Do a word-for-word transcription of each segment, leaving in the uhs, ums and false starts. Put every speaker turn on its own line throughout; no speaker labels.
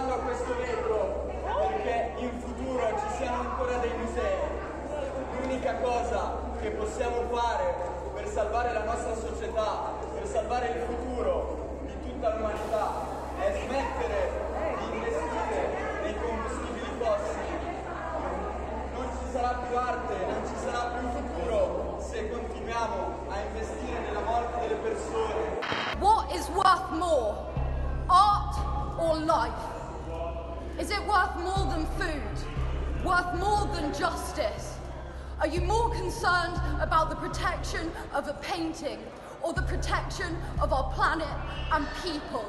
guardando a questo vetro perché in futuro ci siano ancora dei musei. L'unica cosa che possiamo fare per salvare la nostra società, per salvare il futuro di tutta l'umanità, è smettere di investire nei combustibili fossili. Non ci sarà più arte, non ci sarà più futuro se continuiamo a investire nella morte delle persone.
What is worth more, art or life? Is it worth more than food? Worth more than justice? Are you more concerned about the protection of a painting or the protection of our planet and people?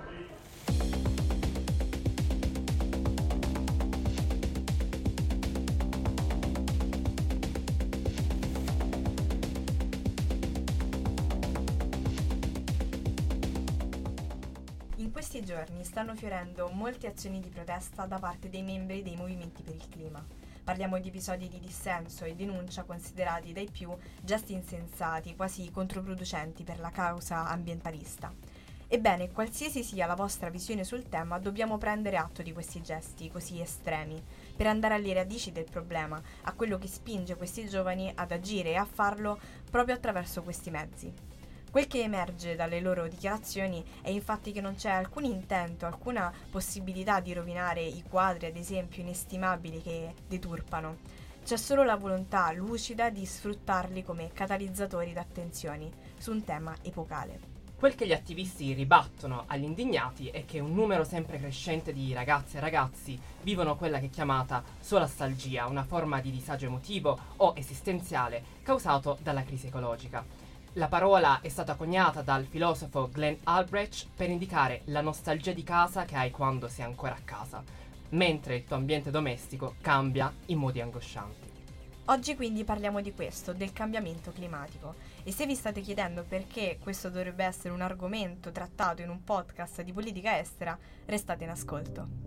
In questi giorni stanno fiorendo molte azioni di protesta da parte dei membri dei movimenti per il clima. Parliamo di episodi di dissenso e denuncia considerati dai più gesti insensati, quasi controproducenti per la causa ambientalista. Ebbene, qualsiasi sia la vostra visione sul tema, dobbiamo prendere atto di questi gesti così estremi, per andare alle radici del problema, a quello che spinge questi giovani ad agire e a farlo proprio attraverso questi mezzi. Quel che emerge dalle loro dichiarazioni è infatti che non c'è alcun intento, alcuna possibilità di rovinare i quadri, ad esempio, inestimabili che deturpano. C'è solo la volontà lucida di sfruttarli come catalizzatori d'attenzioni su un tema epocale.
Quel che gli attivisti ribattono agli indignati è che un numero sempre crescente di ragazze e ragazzi vivono quella che è chiamata solastalgia, una forma di disagio emotivo o esistenziale causato dalla crisi ecologica. La parola è stata coniata dal filosofo Glenn Albrecht per indicare la nostalgia di casa che hai quando sei ancora a casa, mentre il tuo ambiente domestico cambia in modi angoscianti.
Oggi quindi parliamo di questo, del cambiamento climatico. E se vi state chiedendo perché questo dovrebbe essere un argomento trattato in un podcast di politica estera, restate in ascolto.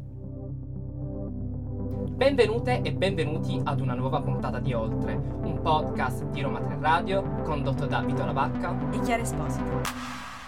Benvenute e benvenuti ad una nuova puntata di Oltre, un podcast di Roma tre Radio condotto da Vito Lavacca
e Chiara Esposito.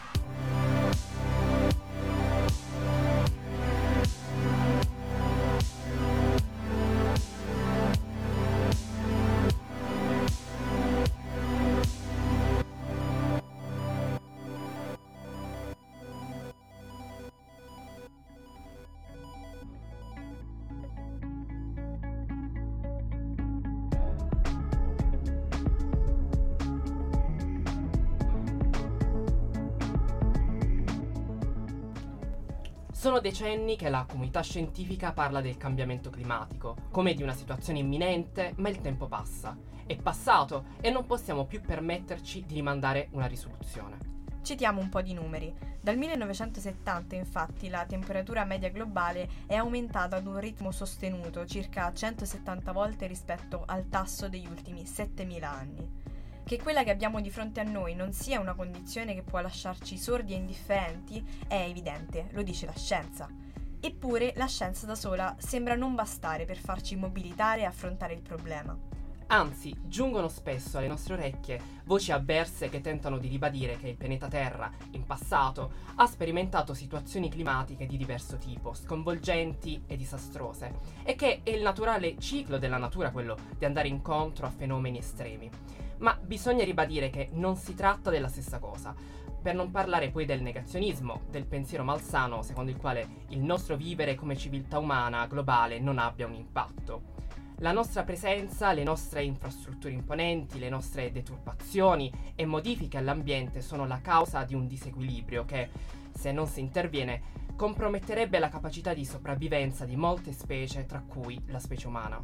Sono decenni che la comunità scientifica parla del cambiamento climatico, come di una situazione imminente, ma il tempo passa. È passato e non possiamo più permetterci di rimandare una risoluzione.
Citiamo un po' di numeri. Dal millenovecentosettanta, infatti, la temperatura media globale è aumentata ad un ritmo sostenuto, circa centosettanta volte rispetto al tasso degli ultimi settemila anni. Che quella che abbiamo di fronte a noi non sia una condizione che può lasciarci sordi e indifferenti è evidente, lo dice la scienza. Eppure la scienza da sola sembra non bastare per farci mobilitare e affrontare il problema.
Anzi, giungono spesso alle nostre orecchie voci avverse che tentano di ribadire che il pianeta Terra, in passato, ha sperimentato situazioni climatiche di diverso tipo, sconvolgenti e disastrose, e che è il naturale ciclo della natura quello di andare incontro a fenomeni estremi. Ma bisogna ribadire che non si tratta della stessa cosa, per non parlare poi del negazionismo, del pensiero malsano secondo il quale il nostro vivere come civiltà umana globale non abbia un impatto. La nostra presenza, le nostre infrastrutture imponenti, le nostre deturpazioni e modifiche all'ambiente sono la causa di un disequilibrio che, se non si interviene, comprometterebbe la capacità di sopravvivenza di molte specie, tra cui la specie umana.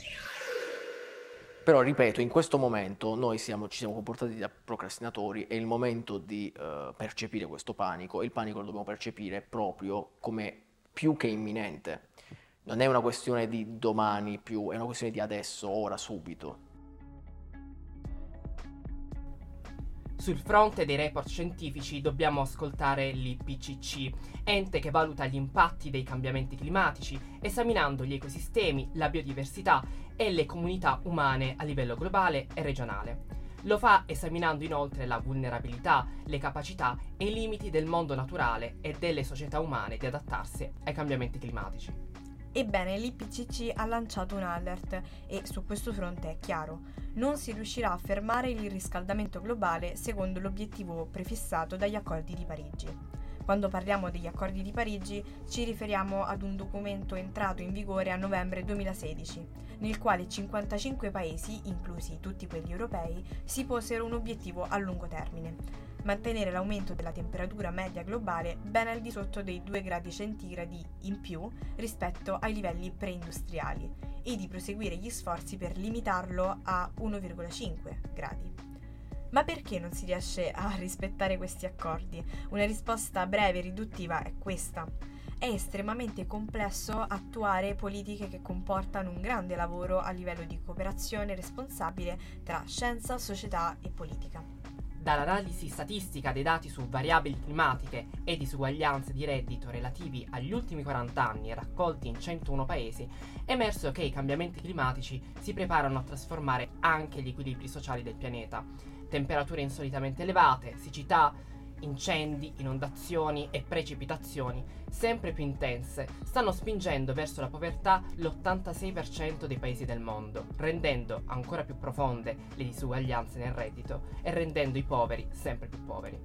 Però, ripeto, in questo momento noi siamo, ci siamo comportati da procrastinatori, è il momento di uh, percepire questo panico, e il panico lo dobbiamo percepire proprio come più che imminente. Non è una questione di domani più, è una questione di adesso, ora, subito.
Sul fronte dei report scientifici dobbiamo ascoltare l'I P C C, ente che valuta gli impatti dei cambiamenti climatici, esaminando gli ecosistemi, la biodiversità e le comunità umane a livello globale e regionale. Lo fa esaminando inoltre la vulnerabilità, le capacità e i limiti del mondo naturale e delle società umane di adattarsi ai cambiamenti climatici.
Ebbene, l'I P C C ha lanciato un alert e su questo fronte è chiaro: non si riuscirà a fermare il riscaldamento globale secondo l'obiettivo prefissato dagli Accordi di Parigi. Quando parliamo degli Accordi di Parigi ci riferiamo ad un documento entrato in vigore a novembre duemilasedici, nel quale cinquantacinque paesi, inclusi tutti quelli europei, si posero un obiettivo a lungo termine: mantenere l'aumento della temperatura media globale ben al di sotto dei due gradi centigradi in più rispetto ai livelli preindustriali e di proseguire gli sforzi per limitarlo a uno virgola cinque gradi. Ma perché non si riesce a rispettare questi accordi? Una risposta breve e riduttiva è questa: è estremamente complesso attuare politiche che comportano un grande lavoro a livello di cooperazione responsabile tra scienza, società e politica.
Dall'analisi statistica dei dati su variabili climatiche e disuguaglianze di reddito relativi agli ultimi quaranta anni raccolti in centouno paesi, è emerso che i cambiamenti climatici si preparano a trasformare anche gli equilibri sociali del pianeta. Temperature insolitamente elevate, siccità, incendi, inondazioni e precipitazioni sempre più intense stanno spingendo verso la povertà l'ottantasei per cento dei paesi del mondo, rendendo ancora più profonde le disuguaglianze nel reddito e rendendo i poveri sempre più poveri.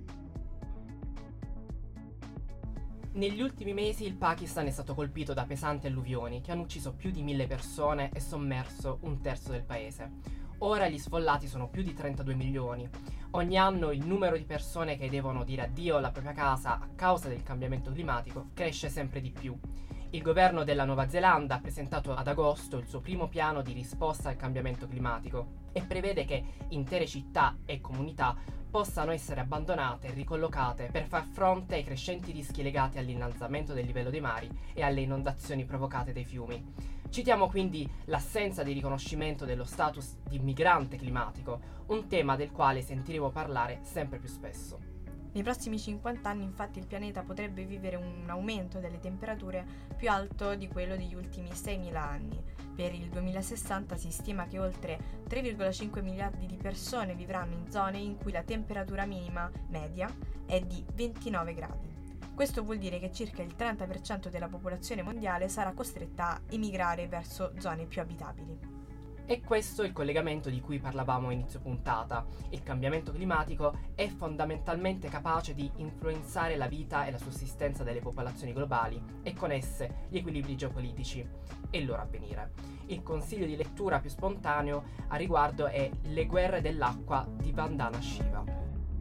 Negli ultimi mesi il Pakistan è stato colpito da pesanti alluvioni che hanno ucciso più di mille persone e sommerso un terzo del paese. Ora gli sfollati sono più di trentadue milioni. Ogni anno il numero di persone che devono dire addio alla propria casa a causa del cambiamento climatico cresce sempre di più. Il governo della Nuova Zelanda ha presentato ad agosto il suo primo piano di risposta al cambiamento climatico e prevede che intere città e comunità possano essere abbandonate e ricollocate per far fronte ai crescenti rischi legati all'innalzamento del livello dei mari e alle inondazioni provocate dai fiumi. Citiamo quindi l'assenza di riconoscimento dello status di migrante climatico, un tema del quale sentiremo parlare sempre più spesso.
Nei prossimi cinquanta anni, infatti, il pianeta potrebbe vivere un aumento delle temperature più alto di quello degli ultimi seimila anni. Per il duemilasessanta si stima che oltre tre virgola cinque miliardi di persone vivranno in zone in cui la temperatura minima media è di ventinove gradi. Questo vuol dire che circa il trenta per cento della popolazione mondiale sarà costretta a emigrare verso zone più abitabili.
E questo è il collegamento di cui parlavamo a inizio puntata. Il cambiamento climatico è fondamentalmente capace di influenzare la vita e la sussistenza delle popolazioni globali e con esse gli equilibri geopolitici e il loro avvenire. Il consiglio di lettura più spontaneo a riguardo è Le guerre dell'acqua di Vandana Shiva.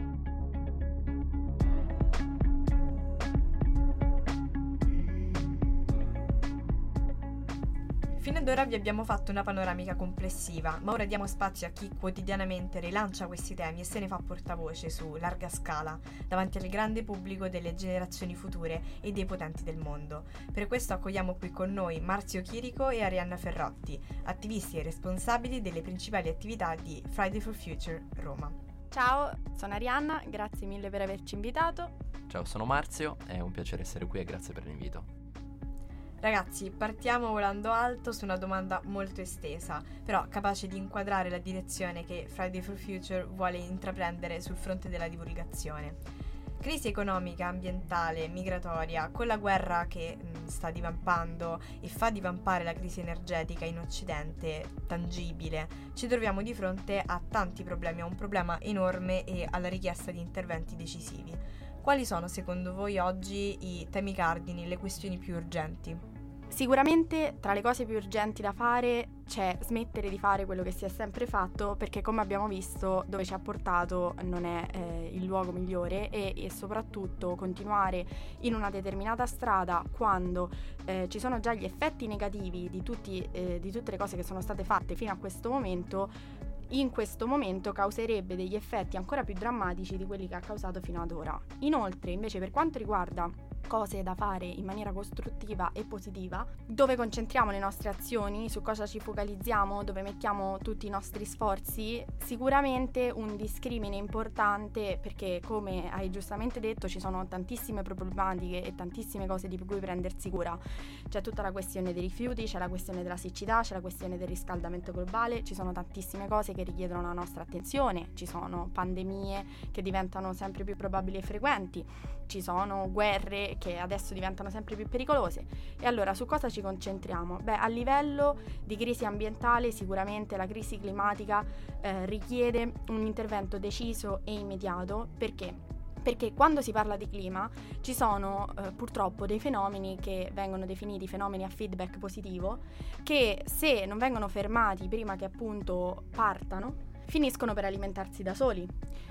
Fino ad ora vi abbiamo fatto una panoramica complessiva, ma ora diamo spazio a chi quotidianamente rilancia questi temi e se ne fa portavoce su larga scala, davanti al grande pubblico delle generazioni future e dei potenti del mondo. Per questo accogliamo qui con noi Marzio Chirico e Arianna Ferrotti, attivisti e responsabili delle principali attività di Friday for Future Roma.
Ciao, sono Arianna, grazie mille per averci invitato.
Ciao, sono Marzio, è un piacere essere qui e grazie per l'invito.
Ragazzi, partiamo volando alto su una domanda molto estesa, però capace di inquadrare la direzione che Friday for Future vuole intraprendere sul fronte della divulgazione. Crisi economica, ambientale, migratoria, con la guerra che mh, sta divampando e fa divampare la crisi energetica in Occidente, tangibile, ci troviamo di fronte a tanti problemi, a un problema enorme e alla richiesta di interventi decisivi. Quali sono secondo voi oggi i temi cardini, le questioni più urgenti?
Sicuramente tra le cose più urgenti da fare c'è smettere di fare quello che si è sempre fatto, perché come abbiamo visto dove ci ha portato non è eh, il luogo migliore e, e soprattutto continuare in una determinata strada quando eh, ci sono già gli effetti negativi di, tutti, eh, di tutte le cose che sono state fatte fino a questo momento, in questo momento causerebbe degli effetti ancora più drammatici di quelli che ha causato fino ad ora. Inoltre, invece, per quanto riguarda cose da fare in maniera costruttiva e positiva, dove concentriamo le nostre azioni, su cosa ci focalizziamo, dove mettiamo tutti i nostri sforzi, sicuramente un discrimine importante, perché come hai giustamente detto ci sono tantissime problematiche e tantissime cose di cui prendersi cura. C'è tutta la questione dei rifiuti, c'è la questione della siccità, c'è la questione del riscaldamento globale, ci sono tantissime cose che richiedono la nostra attenzione, ci sono pandemie che diventano sempre più probabili e frequenti, ci sono guerre che adesso diventano sempre più pericolose. E allora su cosa ci concentriamo? Beh, a livello di crisi ambientale sicuramente la crisi climatica eh, richiede un intervento deciso e immediato. Perché? Perché quando si parla di clima ci sono eh, purtroppo dei fenomeni che vengono definiti fenomeni a feedback positivo, che se non vengono fermati prima che appunto partano, finiscono per alimentarsi da soli.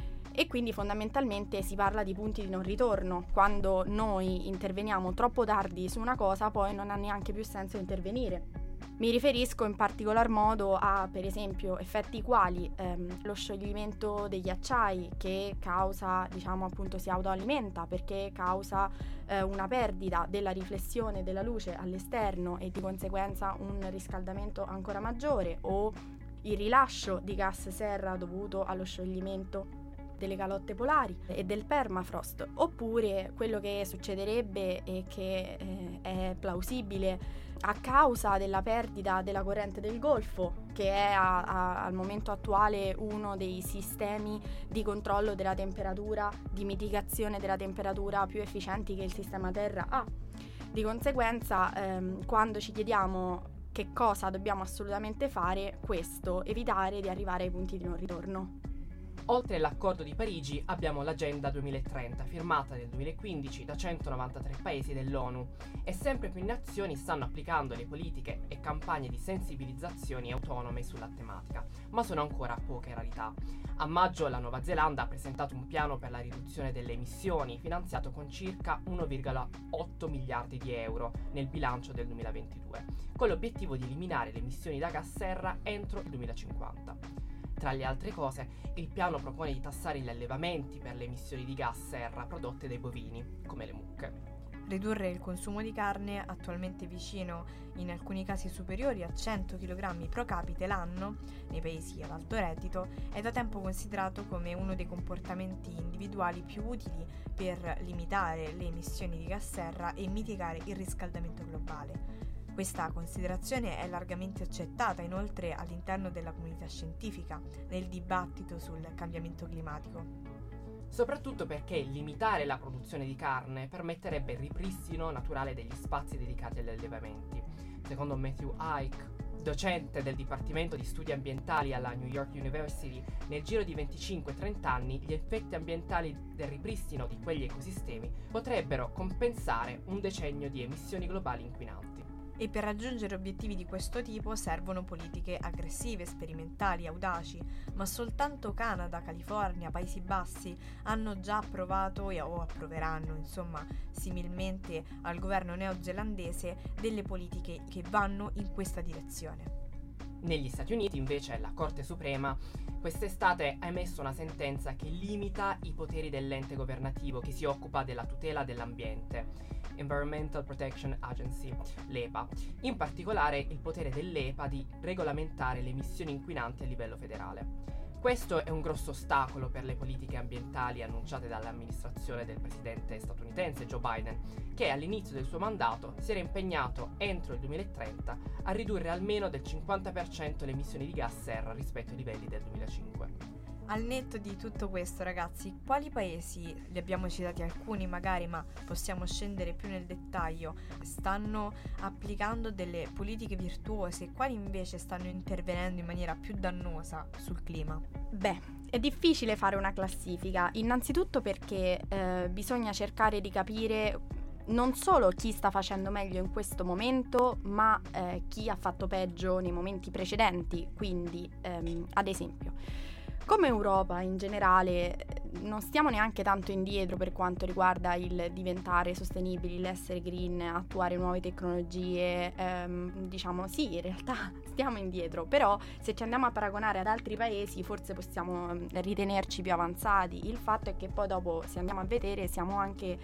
E quindi fondamentalmente si parla di punti di non ritorno. Quando noi interveniamo troppo tardi su una cosa, poi non ha neanche più senso intervenire. Mi riferisco in particolar modo a, per esempio, effetti quali ehm, lo scioglimento dei ghiacciai, che causa, diciamo appunto, si autoalimenta perché causa eh, una perdita della riflessione della luce all'esterno e di conseguenza un riscaldamento ancora maggiore, o il rilascio di gas serra dovuto allo scioglimento delle calotte polari e del permafrost, oppure quello che succederebbe e che eh, è plausibile a causa della perdita della corrente del Golfo, che è a, a, al momento attuale uno dei sistemi di controllo della temperatura, di mitigazione della temperatura più efficienti che il sistema Terra ha. Di conseguenza, ehm, quando ci chiediamo che cosa dobbiamo assolutamente fare, questo, evitare di arrivare ai punti di non ritorno.
Oltre all'accordo di Parigi abbiamo l'Agenda duemilatrenta, firmata nel duemilaquindici da centonovantatré paesi dell'ONU, e sempre più nazioni stanno applicando le politiche e campagne di sensibilizzazione autonome sulla tematica, ma sono ancora poche rarità. A maggio la Nuova Zelanda ha presentato un piano per la riduzione delle emissioni, finanziato con circa uno virgola otto miliardi di euro nel bilancio del duemilaventidue, con l'obiettivo di eliminare le emissioni da gas serra entro il duemilacinquanta. Tra le altre cose, il piano propone di tassare gli allevamenti per le emissioni di gas serra prodotte dai bovini, come le mucche.
Ridurre il consumo di carne, attualmente vicino, in alcuni casi superiori a cento chilogrammi pro capite l'anno, nei paesi ad alto reddito, è da tempo considerato come uno dei comportamenti individuali più utili per limitare le emissioni di gas serra e mitigare il riscaldamento globale. Questa considerazione è largamente accettata inoltre all'interno della comunità scientifica nel dibattito sul cambiamento climatico.
Soprattutto perché limitare la produzione di carne permetterebbe il ripristino naturale degli spazi dedicati agli allevamenti. Secondo Matthew Ike, docente del Dipartimento di Studi Ambientali alla New York University, nel giro di venticinque trenta anni gli effetti ambientali del ripristino di quegli ecosistemi potrebbero compensare un decennio di emissioni globali inquinanti.
E per raggiungere obiettivi di questo tipo servono politiche aggressive, sperimentali, audaci, ma soltanto Canada, California, Paesi Bassi hanno già approvato e, o approveranno, insomma, similmente al governo neozelandese, delle politiche che vanno in questa direzione.
Negli Stati Uniti, invece, la Corte Suprema quest'estate ha emesso una sentenza che limita i poteri dell'ente governativo che si occupa della tutela dell'ambiente, Environmental Protection Agency, l'E P A, in particolare il potere dell'E P A di regolamentare le emissioni inquinanti a livello federale. Questo è un grosso ostacolo per le politiche ambientali annunciate dall'amministrazione del presidente statunitense Joe Biden, che all'inizio del suo mandato si era impegnato entro il duemilatrenta a ridurre almeno del cinquanta per cento le emissioni di gas serra rispetto ai livelli del duemilacinque.
Al netto di tutto questo, ragazzi, quali paesi, li abbiamo citati alcuni magari, ma possiamo scendere più nel dettaglio, stanno applicando delle politiche virtuose, quali invece stanno intervenendo in maniera più dannosa sul clima?
Beh, è difficile fare una classifica, innanzitutto perché eh, bisogna cercare di capire non solo chi sta facendo meglio in questo momento, ma eh, chi ha fatto peggio nei momenti precedenti. Quindi, ehm, ad esempio, come Europa in generale non stiamo neanche tanto indietro per quanto riguarda il diventare sostenibili, l'essere green, attuare nuove tecnologie, ehm, diciamo sì, in realtà stiamo indietro, però se ci andiamo a paragonare ad altri paesi forse possiamo ritenerci più avanzati. Il fatto è che poi dopo, se andiamo a vedere, siamo anche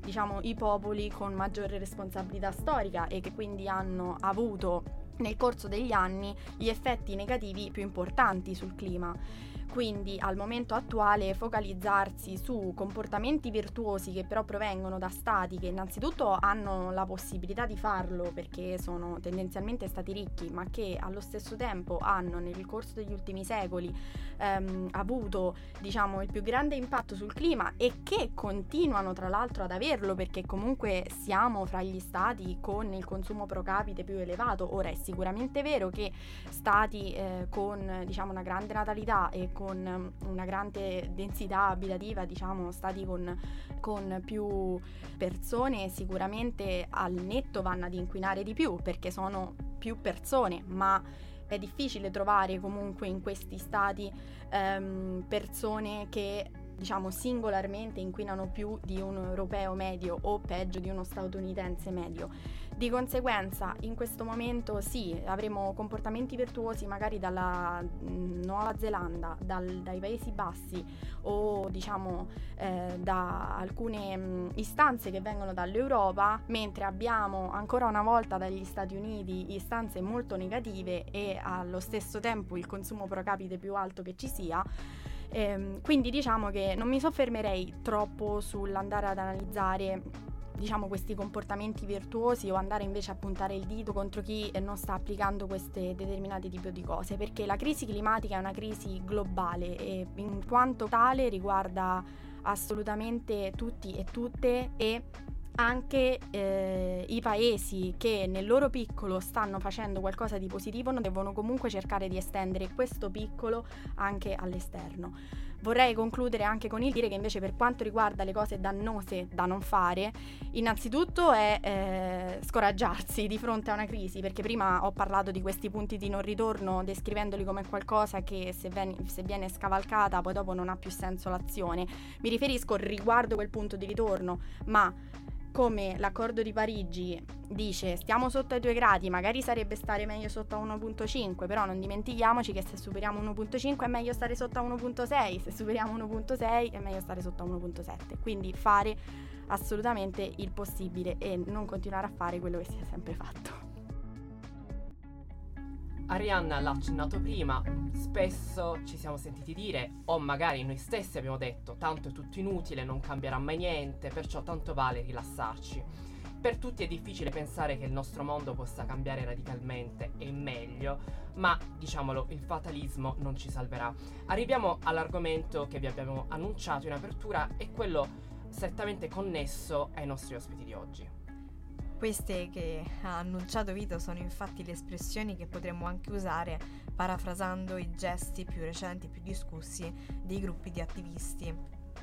diciamo, i popoli con maggiore responsabilità storica e che quindi hanno avuto nel corso degli anni gli effetti negativi più importanti sul clima. Quindi al momento attuale focalizzarsi su comportamenti virtuosi che però provengono da stati che innanzitutto hanno la possibilità di farlo perché sono tendenzialmente stati ricchi, ma che allo stesso tempo hanno nel corso degli ultimi secoli ehm, avuto, diciamo, il più grande impatto sul clima e che continuano tra l'altro ad averlo, perché comunque siamo fra gli stati con il consumo pro capite più elevato. Ora è sicuramente vero che stati eh, con, diciamo, una grande natalità e con con una grande densità abitativa, diciamo stati con, con più persone, sicuramente al netto vanno ad inquinare di più perché sono più persone, ma è difficile trovare comunque in questi stati ehm, persone che, diciamo, singolarmente inquinano più di un europeo medio o peggio di uno statunitense medio. Di conseguenza in questo momento sì, avremo comportamenti virtuosi magari dalla mh, Nuova Zelanda, dal, dai Paesi Bassi o diciamo eh, da alcune mh, istanze che vengono dall'Europa, mentre abbiamo ancora una volta dagli Stati Uniti istanze molto negative e allo stesso tempo il consumo pro capite più alto che ci sia. Ehm, quindi diciamo che non mi soffermerei troppo sull'andare ad analizzare, diciamo, questi comportamenti virtuosi o andare invece a puntare il dito contro chi non sta applicando queste determinate tipi di cose, perché la crisi climatica è una crisi globale e in quanto tale riguarda assolutamente tutti e tutte, e anche eh, i paesi che nel loro piccolo stanno facendo qualcosa di positivo non devono comunque cercare di estendere questo piccolo anche all'esterno. Vorrei concludere anche con il dire che invece per quanto riguarda le cose dannose da non fare, innanzitutto è eh, scoraggiarsi di fronte a una crisi, perché prima ho parlato di questi punti di non ritorno descrivendoli come qualcosa che se, ven- se viene scavalcata poi dopo non ha più senso l'azione. Mi riferisco riguardo quel punto di ritorno, ma come l'accordo di Parigi dice stiamo sotto ai due gradi, magari sarebbe stare meglio sotto a uno virgola cinque, però non dimentichiamoci che se superiamo uno virgola cinque è meglio stare sotto a uno virgola sei, se superiamo uno virgola sei è meglio stare sotto a uno virgola sette, quindi fare assolutamente il possibile e non continuare a fare quello che si è sempre fatto.
Arianna l'ha accennato prima, spesso ci siamo sentiti dire, o magari noi stessi abbiamo detto, tanto è tutto inutile, non cambierà mai niente, perciò tanto vale rilassarci. Per tutti è difficile pensare che il nostro mondo possa cambiare radicalmente e in meglio, ma diciamolo, il fatalismo non ci salverà. Arriviamo all'argomento che vi abbiamo annunciato in apertura e quello strettamente connesso ai nostri ospiti di oggi.
Queste che ha annunciato Vito sono infatti le espressioni che potremmo anche usare parafrasando i gesti più recenti, più discussi dei gruppi di attivisti.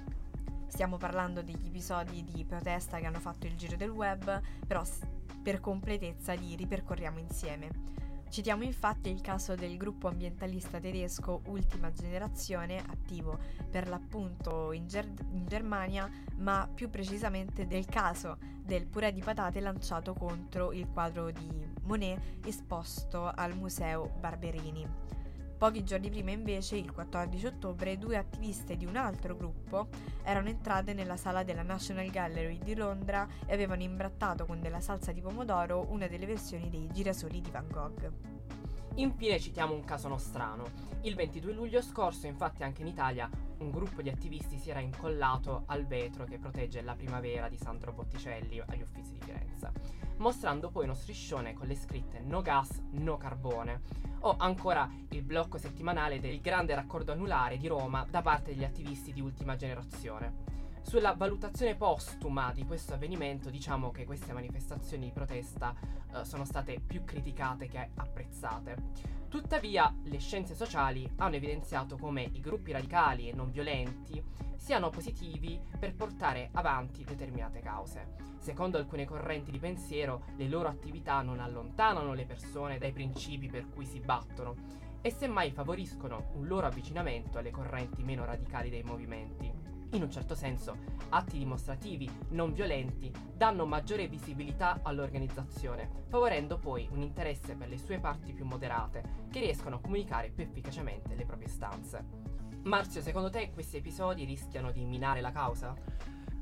Stiamo parlando degli episodi di protesta che hanno fatto il giro del web, però per completezza li ripercorriamo insieme. Citiamo infatti il caso del gruppo ambientalista tedesco Ultima Generazione, attivo per l'appunto in, Ger- in Germania, ma più precisamente del caso del purè di patate lanciato contro il quadro di Monet esposto al Museo Barberini. Pochi giorni prima invece, il quattordici ottobre, due attiviste di un altro gruppo erano entrate nella sala della National Gallery di Londra e avevano imbrattato con della salsa di pomodoro una delle versioni dei girasoli di Van Gogh.
Infine citiamo un caso nostrano. Il ventidue luglio scorso, infatti, anche in Italia un gruppo di attivisti si era incollato al vetro che protegge la primavera di Sandro Botticelli agli Uffizi di Firenze, mostrando poi uno striscione con le scritte no gas, no carbone, o ancora il blocco settimanale del grande raccordo anulare di Roma da parte degli attivisti di Ultima Generazione. Sulla valutazione postuma di questo avvenimento diciamo che queste manifestazioni di protesta eh, sono state più criticate che apprezzate. Tuttavia le scienze sociali hanno evidenziato come i gruppi radicali e non violenti siano positivi per portare avanti determinate cause. Secondo alcune correnti di pensiero, le loro attività non allontanano le persone dai principi per cui si battono e semmai favoriscono un loro avvicinamento alle correnti meno radicali dei movimenti. In un certo senso, atti dimostrativi non violenti danno maggiore visibilità all'organizzazione, favorendo poi un interesse per le sue parti più moderate, che riescono a comunicare più efficacemente le proprie istanze. Marzio, secondo te questi episodi rischiano di minare la causa?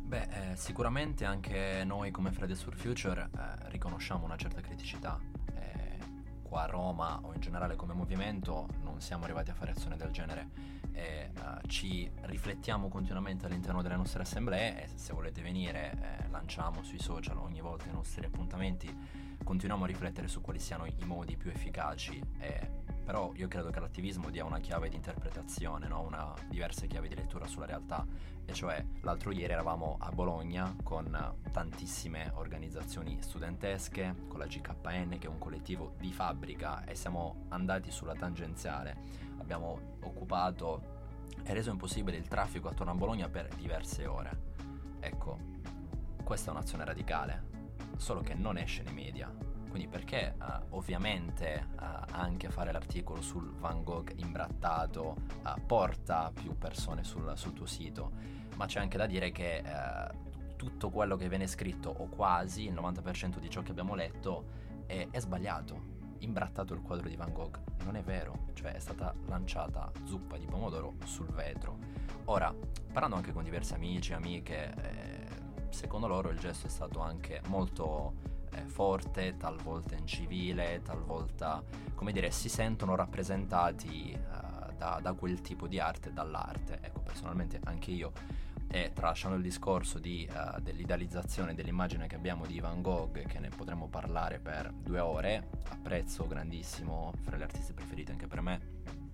Beh, eh, sicuramente anche noi come Fridays for Future eh, riconosciamo una certa criticità. Eh, qua a Roma o in generale come movimento non siamo arrivati a fare azioni del genere e eh, ci riflettiamo continuamente all'interno delle nostre assemblee e se volete venire eh, lanciamo sui social ogni volta i nostri appuntamenti, continuiamo a riflettere su quali siano i modi più efficaci e però io credo che l'attivismo dia una chiave di interpretazione, no? Una diverse chiavi di lettura sulla realtà, e cioè l'altro ieri eravamo a Bologna con tantissime organizzazioni studentesche, con la G K N che è un collettivo di fabbrica e siamo andati sulla tangenziale, abbiamo occupato e reso impossibile il traffico attorno a Bologna per diverse ore. Ecco, questa è un'azione radicale, solo che non esce nei media. Quindi perché uh, ovviamente uh, anche fare l'articolo sul Van Gogh imbrattato uh, porta più persone sul, sul tuo sito, ma c'è anche da dire che uh, tutto quello che viene scritto, o quasi il novanta per cento di ciò che abbiamo letto, è, è sbagliato. Imbrattato il quadro di Van Gogh, non è vero, cioè è stata lanciata zuppa di pomodoro sul vetro. Ora, parlando anche con diversi amici e amiche, eh, secondo loro il gesto è stato anche molto forte, talvolta incivile, talvolta, come dire, si sentono rappresentati uh, da, da quel tipo di arte, dall'arte. Ecco, personalmente anche io, e tralasciando il discorso di, uh, dell'idealizzazione dell'immagine che abbiamo di Van Gogh, che ne potremmo parlare per due ore, apprezzo grandissimo, fra gli artisti preferiti anche per me,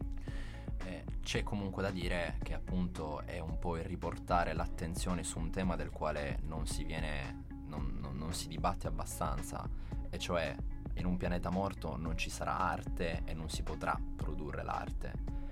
eh, c'è comunque da dire che appunto è un po' il riportare l'attenzione su un tema del quale non si viene... Non, non, non si dibatte abbastanza, e cioè in un pianeta morto non ci sarà arte e non si potrà produrre l'arte.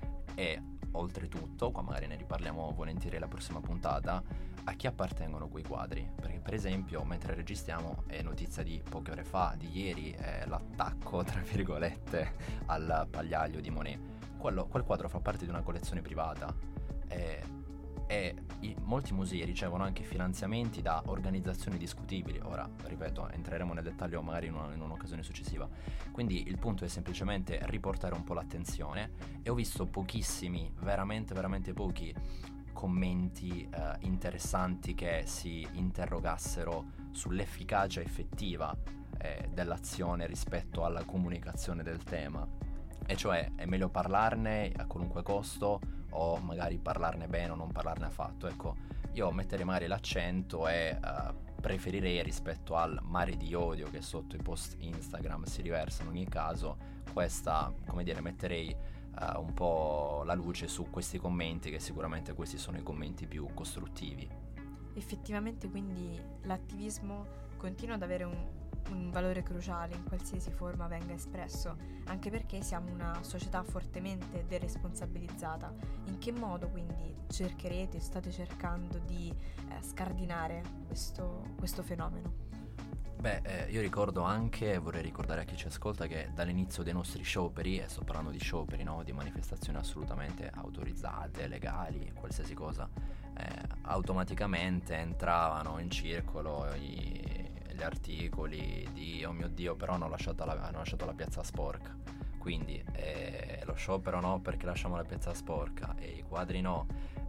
E oltretutto, qua magari ne riparliamo volentieri la prossima puntata, a chi appartengono quei quadri? Perché per esempio mentre registriamo è notizia di poche ore fa, di ieri, è l'attacco tra virgolette al Pagliaio di Monet. Quello, quel quadro fa parte di una collezione privata e e i, molti musei ricevono anche finanziamenti da organizzazioni discutibili. Ora, ripeto, entreremo nel dettaglio magari in, una, in un'occasione successiva. Quindi il punto è semplicemente riportare un po' l'attenzione, e ho visto pochissimi, veramente veramente pochi commenti eh, interessanti che si interrogassero sull'efficacia effettiva eh, dell'azione rispetto alla comunicazione del tema. E cioè, è meglio parlarne a qualunque costo o magari parlarne bene o non parlarne affatto. Ecco, io metterei magari l'accento e uh, preferirei, rispetto al mare di odio che sotto i post Instagram si riversa in ogni caso, questa, come dire, metterei uh, un po' la luce su questi commenti, che sicuramente questi sono i commenti più costruttivi.
Effettivamente quindi l'attivismo continua ad avere un un valore cruciale in qualsiasi forma venga espresso, anche perché siamo una società fortemente deresponsabilizzata. In che modo quindi cercherete, state cercando di eh, scardinare questo, questo fenomeno?
Beh, eh, io ricordo anche, vorrei ricordare a chi ci ascolta, che dall'inizio dei nostri scioperi, e sto parlando di scioperi, no? Di manifestazioni assolutamente autorizzate, legali, qualsiasi cosa, eh, automaticamente entravano in circolo i gli articoli di oh mio Dio, però hanno lasciato la, hanno lasciato la piazza sporca, quindi eh, lo sciopero no perché lasciamo la piazza sporca, e i quadri no,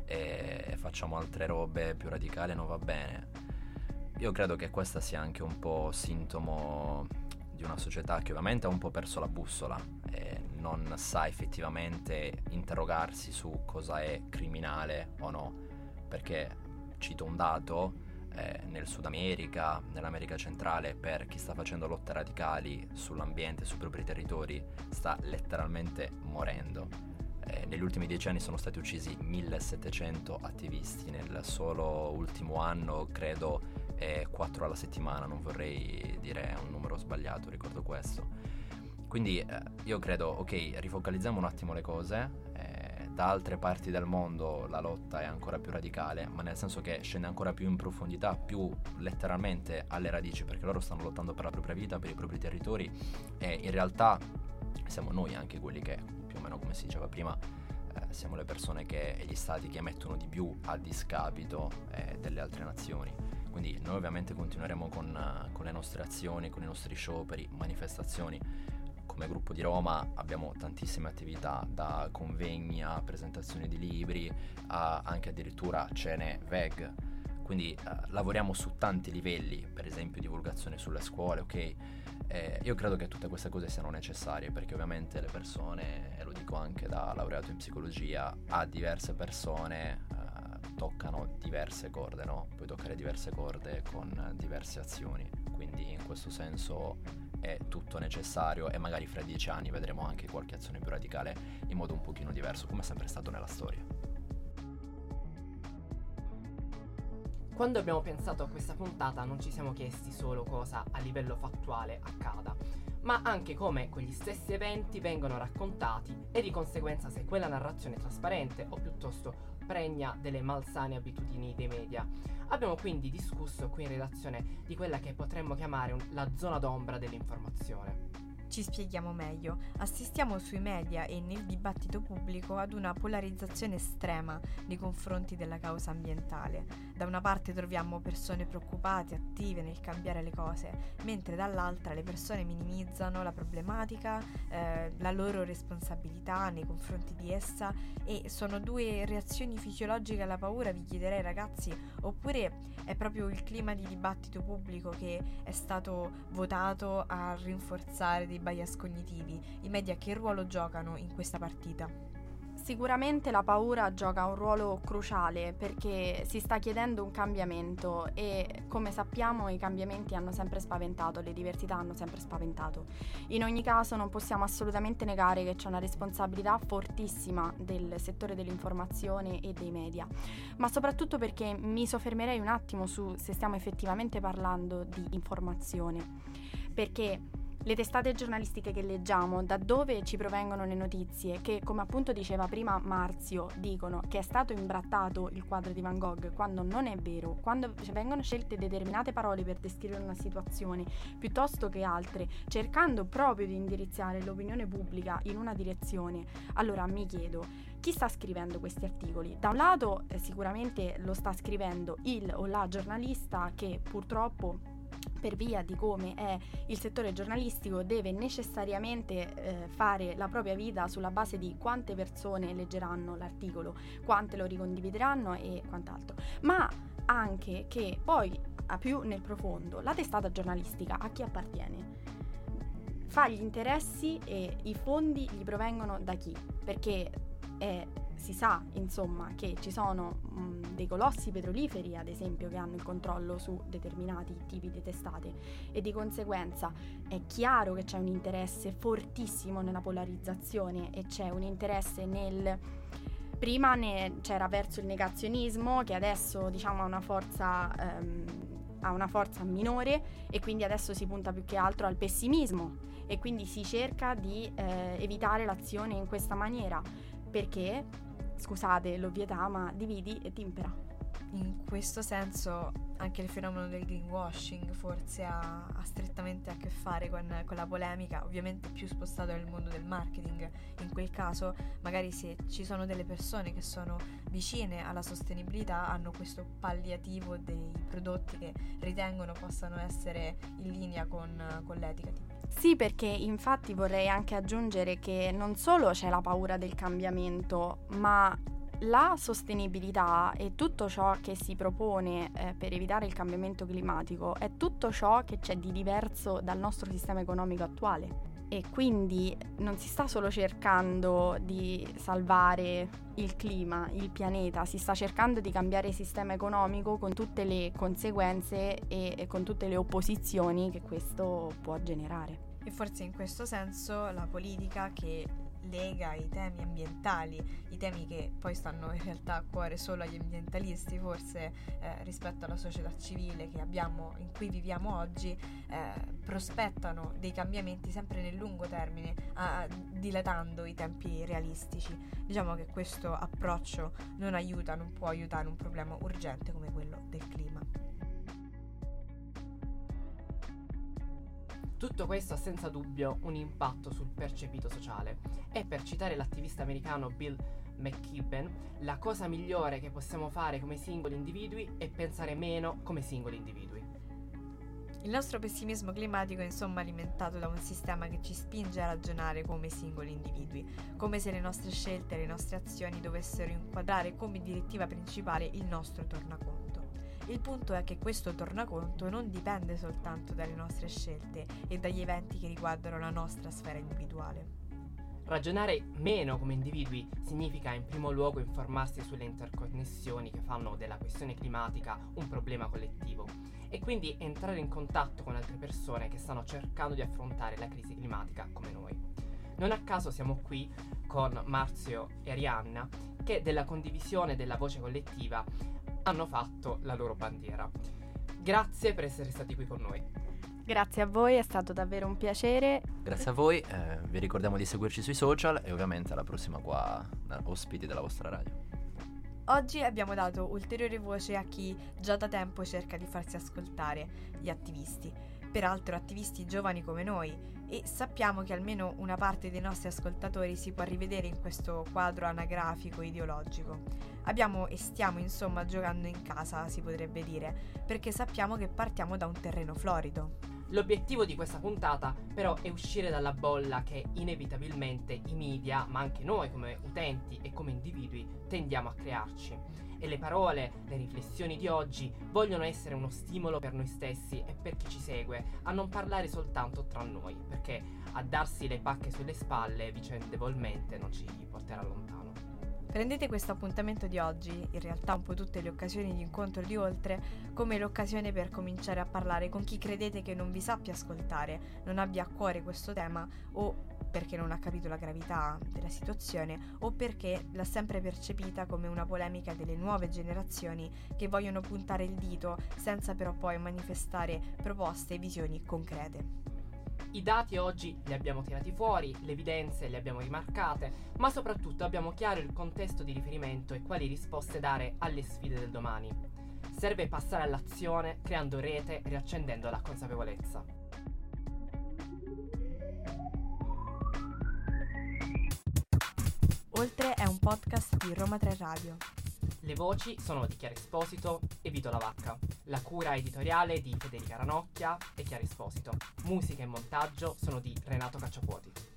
e facciamo altre robe più radicali, non va bene. Io credo che questa sia anche un po' sintomo di una società che ovviamente ha un po' perso la bussola e non sa effettivamente interrogarsi su cosa è criminale o no, perché cito un dato: Eh, nel Sud America, nell'America centrale, per chi sta facendo lotte radicali sull'ambiente, sui propri territori, sta letteralmente morendo. Eh, negli ultimi dieci anni sono stati uccisi millesettecento attivisti, nel solo ultimo anno credo eh, quattro alla settimana, non vorrei dire un numero sbagliato, ricordo questo. Quindi eh, io credo, ok, rifocalizziamo un attimo le cose. eh, Da altre parti del mondo la lotta è ancora più radicale, ma nel senso che scende ancora più in profondità, più letteralmente alle radici, perché loro stanno lottando per la propria vita, per i propri territori, e in realtà siamo noi anche quelli che, più o meno come si diceva prima, eh, siamo le persone che, e gli stati che emettono di più a discapito eh, delle altre nazioni. Quindi noi ovviamente continueremo con, uh, con le nostre azioni, con i nostri scioperi, manifestazioni. Come gruppo di Roma abbiamo tantissime attività, da convegni a presentazioni di libri a anche addirittura cene veg. quindi eh, lavoriamo su tanti livelli, per esempio divulgazione sulle scuole, ok? Eh, io credo che tutte queste cose siano necessarie, perché ovviamente le persone, e lo dico anche da laureato in psicologia, a diverse persone eh, toccano diverse corde, no? Puoi toccare diverse corde con diverse azioni, quindi in questo senso è tutto necessario, e magari fra dieci anni vedremo anche qualche azione più radicale in modo un pochino diverso, come è sempre stato nella storia.
Quando abbiamo pensato a questa puntata non ci siamo chiesti solo cosa a livello fattuale accada, ma anche come quegli stessi eventi vengono raccontati e di conseguenza se quella narrazione è trasparente o piuttosto pregna delle malsane abitudini dei media. Abbiamo quindi discusso qui in redazione di quella che potremmo chiamare un- la zona d'ombra dell'informazione.
Ci spieghiamo meglio. Assistiamo sui media e nel dibattito pubblico ad una polarizzazione estrema nei confronti della causa ambientale. Da una parte troviamo persone preoccupate, attive nel cambiare le cose, mentre dall'altra le persone minimizzano la problematica, eh, la loro responsabilità nei confronti di essa, e sono due reazioni fisiologiche alla paura, vi chiederei ragazzi, oppure è proprio il clima di dibattito pubblico che è stato votato a rinforzare dei bias cognitivi? I media che ruolo giocano in questa partita?
Sicuramente la paura gioca un ruolo cruciale, perché si sta chiedendo un cambiamento e, come sappiamo, i cambiamenti hanno sempre spaventato, le diversità hanno sempre spaventato. In ogni caso non possiamo assolutamente negare che c'è una responsabilità fortissima del settore dell'informazione e dei media, ma soprattutto perché mi soffermerei un attimo su se stiamo effettivamente parlando di informazione, perché le testate giornalistiche che leggiamo, da dove ci provengono le notizie, che come appunto diceva prima Marzio, dicono che è stato imbrattato il quadro di Van Gogh, quando non è vero, quando vengono scelte determinate parole per descrivere una situazione piuttosto che altre, cercando proprio di indirizzare l'opinione pubblica in una direzione, allora mi chiedo, chi sta scrivendo questi articoli? Da un lato eh, sicuramente lo sta scrivendo il o la giornalista che purtroppo, per via di come è il settore giornalistico, deve necessariamente eh, fare la propria vita sulla base di quante persone leggeranno l'articolo, quante lo ricondivideranno e quant'altro, ma anche che poi, a più nel profondo, la testata giornalistica a chi appartiene? Fa gli interessi e i fondi gli provengono da chi? Perché è si sa, insomma, che ci sono mh, dei colossi petroliferi, ad esempio, che hanno il controllo su determinati tipi di testate, e di conseguenza è chiaro che c'è un interesse fortissimo nella polarizzazione, e c'è un interesse nel... Prima ne, c'era verso il negazionismo, che adesso, diciamo, ha una forza... Ehm, ha una forza minore, e quindi adesso si punta più che altro al pessimismo, e quindi si cerca di eh, evitare l'azione in questa maniera, perché... Scusate l'ovvietà, ma dividi e timpera.
In questo senso anche il fenomeno del greenwashing forse ha, ha strettamente a che fare con, con la polemica, ovviamente più spostato nel mondo del marketing. In quel caso magari se ci sono delle persone che sono vicine alla sostenibilità, hanno questo palliativo dei prodotti che ritengono possano essere in linea con, con l'etica.
Sì, perché infatti vorrei anche aggiungere che non solo c'è la paura del cambiamento, ma la sostenibilità e tutto ciò che si propone eh, per evitare il cambiamento climatico è tutto ciò che c'è di diverso dal nostro sistema economico attuale. E quindi non si sta solo cercando di salvare il clima, il pianeta, si sta cercando di cambiare il sistema economico con tutte le conseguenze e, e con tutte le opposizioni che questo può generare.
E forse in questo senso la politica, che lega i temi ambientali, i temi che poi stanno in realtà a cuore solo agli ambientalisti, forse eh, rispetto alla società civile che abbiamo, in cui viviamo oggi, eh, prospettano dei cambiamenti sempre nel lungo termine, a, dilatando i tempi realistici. Diciamo che questo approccio non aiuta, non può aiutare un problema urgente come quello del clima.
Tutto questo ha senza dubbio un impatto sul percepito sociale, e per citare l'attivista americano Bill McKibben, la cosa migliore che possiamo fare come singoli individui è pensare meno come singoli individui.
Il nostro pessimismo climatico è insomma alimentato da un sistema che ci spinge a ragionare come singoli individui, come se le nostre scelte e le nostre azioni dovessero inquadrare come direttiva principale il nostro tornaconto. Il punto è che questo tornaconto non dipende soltanto dalle nostre scelte e dagli eventi che riguardano la nostra sfera individuale.
Ragionare meno come individui significa in primo luogo informarsi sulle interconnessioni che fanno della questione climatica un problema collettivo e quindi entrare in contatto con altre persone che stanno cercando di affrontare la crisi climatica come noi. Non a caso siamo qui con Marzio e Arianna che della condivisione della voce collettiva hanno fatto la loro bandiera. Grazie per essere stati qui con noi.
Grazie a voi, è stato davvero un piacere.
Grazie a voi, eh, vi ricordiamo di seguirci sui social e ovviamente alla prossima qua, da ospiti della vostra radio.
Oggi abbiamo dato ulteriore voce a chi già da tempo cerca di farsi ascoltare, gli attivisti, peraltro attivisti giovani come noi, e sappiamo che almeno una parte dei nostri ascoltatori si può rivedere in questo quadro anagrafico ideologico. Abbiamo e stiamo insomma giocando in casa, si potrebbe dire, perché sappiamo che partiamo da un terreno florido.
L'obiettivo di questa puntata però è uscire dalla bolla che inevitabilmente i media, ma anche noi come utenti e come individui, tendiamo a crearci. E le parole, le riflessioni di oggi vogliono essere uno stimolo per noi stessi e per chi ci segue a non parlare soltanto tra noi, perché a darsi le pacche sulle spalle vicendevolmente non ci porterà lontano.
Prendete questo appuntamento di oggi, in realtà un po' tutte le occasioni di incontro di oltre, come l'occasione per cominciare a parlare con chi credete che non vi sappia ascoltare, non abbia a cuore questo tema o perché non ha capito la gravità della situazione o perché l'ha sempre percepita come una polemica delle nuove generazioni che vogliono puntare il dito senza però poi manifestare proposte e visioni concrete.
I dati oggi li abbiamo tirati fuori, le evidenze le abbiamo rimarcate, ma soprattutto abbiamo chiaro il contesto di riferimento e quali risposte dare alle sfide del domani. Serve passare all'azione creando rete e riaccendendo la consapevolezza.
Oltre è un podcast di Roma tre Radio.
Le voci sono di Chiara Esposito e Vito Lavacca. La cura editoriale di Federica Ranocchia e Chiara Esposito. Musica e montaggio sono di Renato Cacciapuoti.